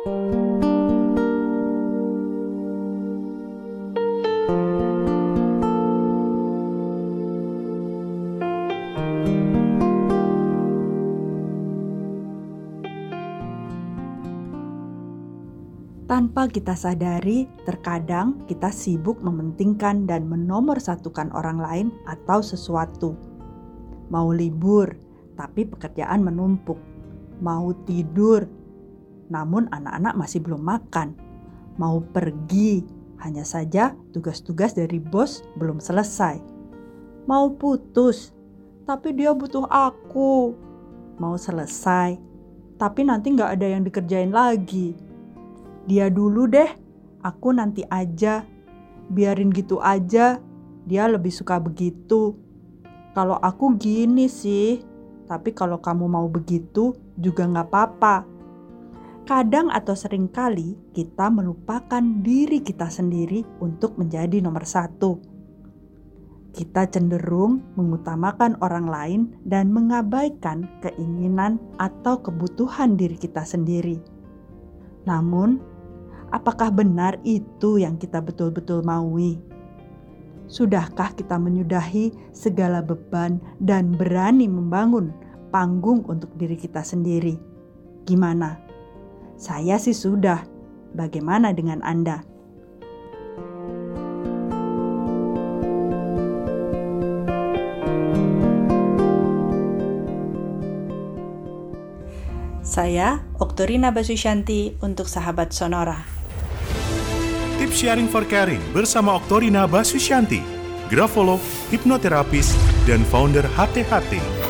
Tanpa kita sadari, terkadang kita sibuk mementingkan dan menomorsatukan orang lain atau sesuatu. Mau libur, tapi pekerjaan menumpuk. Mau tidur, namun anak-anak masih belum makan. Mau pergi, hanya saja tugas-tugas dari bos belum selesai. Mau putus, tapi dia butuh aku. Mau selesai, tapi nanti gak ada yang dikerjain lagi. Dia dulu deh, aku nanti aja. Biarin gitu aja, dia lebih suka begitu. Kalau aku gini sih, tapi kalau kamu mau begitu juga gak apa-apa. Kadang atau sering kali kita melupakan diri kita sendiri untuk menjadi nomor satu. Kita cenderung mengutamakan orang lain dan mengabaikan keinginan atau kebutuhan diri kita sendiri. Namun, apakah benar itu yang kita betul-betul maui? Sudahkah kita menyudahi segala beban dan berani membangun panggung untuk diri kita sendiri? Gimana? Saya sih sudah. Bagaimana dengan Anda? Saya, Oktorina Basusyanti untuk Sahabat Sonora. Tips Sharing for Caring bersama Oktorina Basusyanti, grafolog, hipnoterapis, dan founder HTHT.